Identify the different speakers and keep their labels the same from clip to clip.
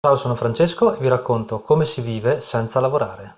Speaker 1: Ciao, sono Francesco e vi racconto come si vive senza lavorare.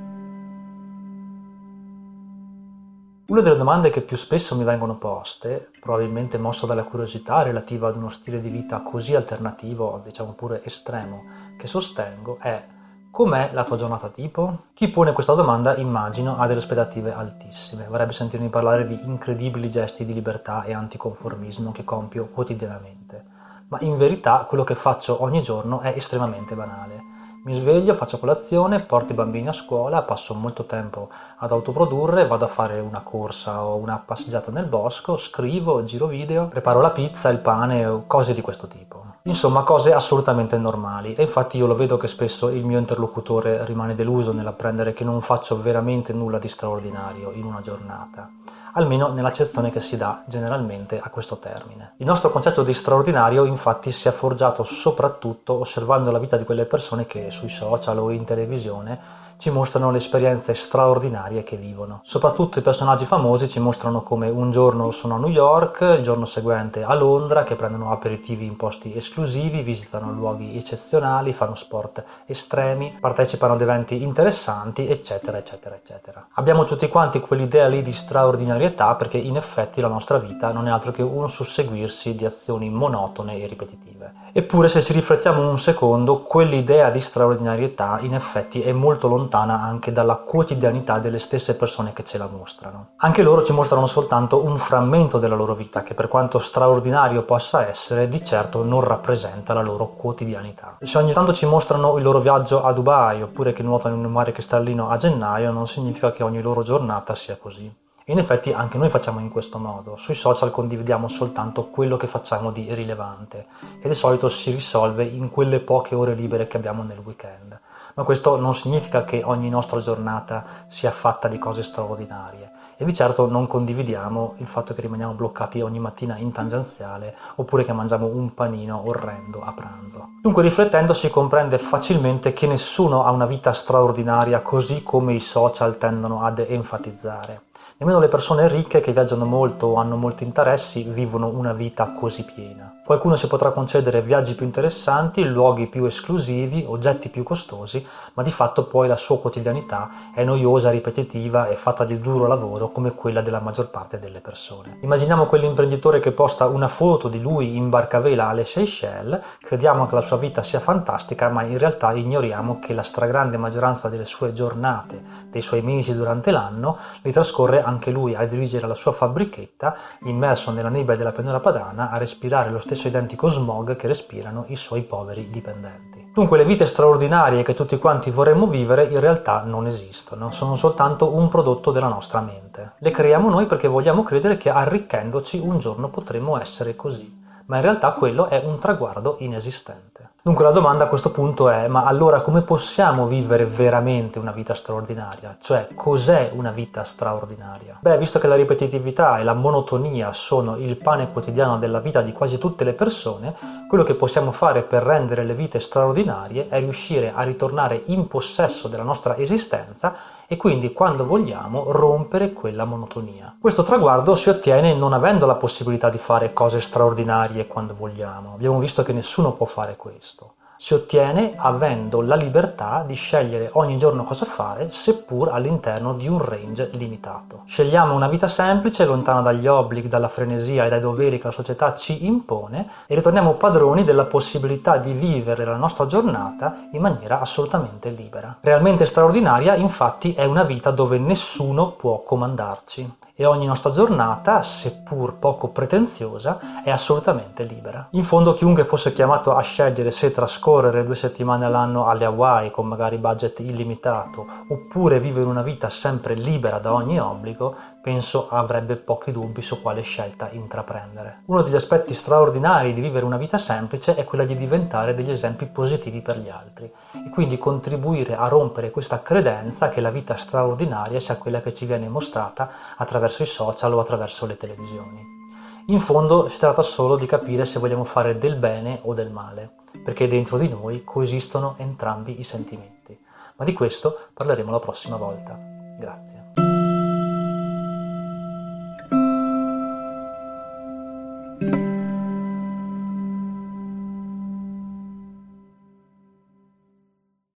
Speaker 1: Una delle domande che più spesso mi vengono poste, probabilmente mossa dalla curiosità relativa ad uno stile di vita così alternativo, diciamo pure estremo, che sostengo, è: com'è la tua giornata tipo? Chi pone questa domanda, immagino, ha delle aspettative altissime, vorrebbe sentirmi parlare di incredibili gesti di libertà e anticonformismo che compio quotidianamente. Ma in verità quello che faccio ogni giorno è estremamente banale. Mi sveglio, faccio colazione, porto i bambini a scuola, passo molto tempo ad autoprodurre, vado a fare una corsa o una passeggiata nel bosco, scrivo, giro video, preparo la pizza, il pane o cose di questo tipo. Insomma, cose assolutamente normali, e infatti io lo vedo che spesso il mio interlocutore rimane deluso nell'apprendere che non faccio veramente nulla di straordinario in una giornata, almeno nell'accezione che si dà generalmente a questo termine. Il nostro concetto di straordinario infatti si è forgiato soprattutto osservando la vita di quelle persone che sui social o in televisione ci mostrano le esperienze straordinarie che vivono. Soprattutto i personaggi famosi ci mostrano come un giorno sono a New York, il giorno seguente a Londra, che prendono aperitivi in posti esclusivi, visitano luoghi eccezionali, fanno sport estremi, partecipano ad eventi interessanti, eccetera, eccetera, eccetera. Abbiamo tutti quanti quell'idea lì di straordinarietà perché in effetti la nostra vita non è altro che un susseguirsi di azioni monotone e ripetitive. Eppure, se ci riflettiamo un secondo, quell'idea di straordinarietà in effetti è molto lontana anche dalla quotidianità delle stesse persone che ce la mostrano. Anche loro ci mostrano soltanto un frammento della loro vita che, per quanto straordinario possa essere, di certo non rappresenta la loro quotidianità. Se ogni tanto ci mostrano il loro viaggio a Dubai oppure che nuotano in un mare cristallino a gennaio, non significa che ogni loro giornata sia così. In effetti anche noi facciamo in questo modo. Sui social condividiamo soltanto quello che facciamo di rilevante, che di solito si risolve in quelle poche ore libere che abbiamo nel weekend. Ma questo non significa che ogni nostra giornata sia fatta di cose straordinarie, e di certo non condividiamo il fatto che rimaniamo bloccati ogni mattina in tangenziale oppure che mangiamo un panino orrendo a pranzo. Dunque, riflettendo, si comprende facilmente che nessuno ha una vita straordinaria così come i social tendono ad enfatizzare. Nemmeno le persone ricche che viaggiano molto o hanno molti interessi vivono una vita così piena. Qualcuno si potrà concedere viaggi più interessanti, luoghi più esclusivi, oggetti più costosi, ma di fatto poi la sua quotidianità è noiosa, ripetitiva e fatta di duro lavoro come quella della maggior parte delle persone. Immaginiamo quell'imprenditore che posta una foto di lui in barcavela alle Seychelles, crediamo che la sua vita sia fantastica, ma in realtà ignoriamo che la stragrande maggioranza delle sue giornate, dei suoi mesi durante l'anno, li trascorre anche lui a dirigere la sua fabbrichetta, immerso nella nebbia della pianura padana, a respirare lo stesso identico smog che respirano i suoi poveri dipendenti. Dunque le vite straordinarie che tutti quanti vorremmo vivere in realtà non esistono, sono soltanto un prodotto della nostra mente. Le creiamo noi perché vogliamo credere che arricchendoci un giorno potremmo essere così, ma in realtà quello è un traguardo inesistente. Dunque la domanda a questo punto è: ma allora come possiamo vivere veramente una vita straordinaria? Cioè, cos'è una vita straordinaria? Beh, visto che la ripetitività e la monotonia sono il pane quotidiano della vita di quasi tutte le persone, quello che possiamo fare per rendere le vite straordinarie è riuscire a ritornare in possesso della nostra esistenza e quindi, quando vogliamo, rompere quella monotonia. Questo traguardo si ottiene non avendo la possibilità di fare cose straordinarie quando vogliamo. Abbiamo visto che nessuno può fare questo. Si ottiene avendo la libertà di scegliere ogni giorno cosa fare, seppur all'interno di un range limitato. Scegliamo una vita semplice, lontana dagli obblighi, dalla frenesia e dai doveri che la società ci impone, e ritorniamo padroni della possibilità di vivere la nostra giornata in maniera assolutamente libera. Realmente straordinaria, infatti, è una vita dove nessuno può comandarci. E ogni nostra giornata, seppur poco pretenziosa, è assolutamente libera. In fondo, chiunque fosse chiamato a scegliere se trascorrere 2 settimane all'anno alle Hawaii con magari budget illimitato, oppure vivere una vita sempre libera da ogni obbligo, penso avrebbe pochi dubbi su quale scelta intraprendere. Uno degli aspetti straordinari di vivere una vita semplice è quella di diventare degli esempi positivi per gli altri e quindi contribuire a rompere questa credenza che la vita straordinaria sia quella che ci viene mostrata attraverso i social o attraverso le televisioni. In fondo si tratta solo di capire se vogliamo fare del bene o del male, perché dentro di noi coesistono entrambi i sentimenti. Ma di questo parleremo la prossima volta. Grazie.